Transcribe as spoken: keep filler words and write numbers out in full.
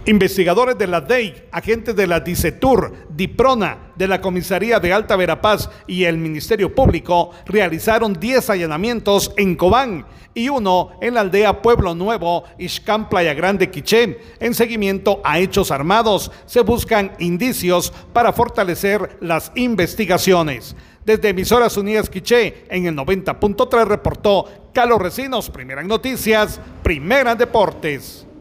Investigadores de la D E I, agentes de la DICETUR, DIPRONA, de la Comisaría de Alta Verapaz y el Ministerio Público realizaron diez allanamientos en Cobán y uno en la aldea Pueblo Nuevo, Ixcán, Playa Grande, Quiché. En seguimiento a hechos armados, se buscan indicios para fortalecer las investigaciones. Desde Emisoras Unidas Quiché, en el noventa punto tres, reportó Carlos Recinos, Primera en Noticias, Primera en Deportes.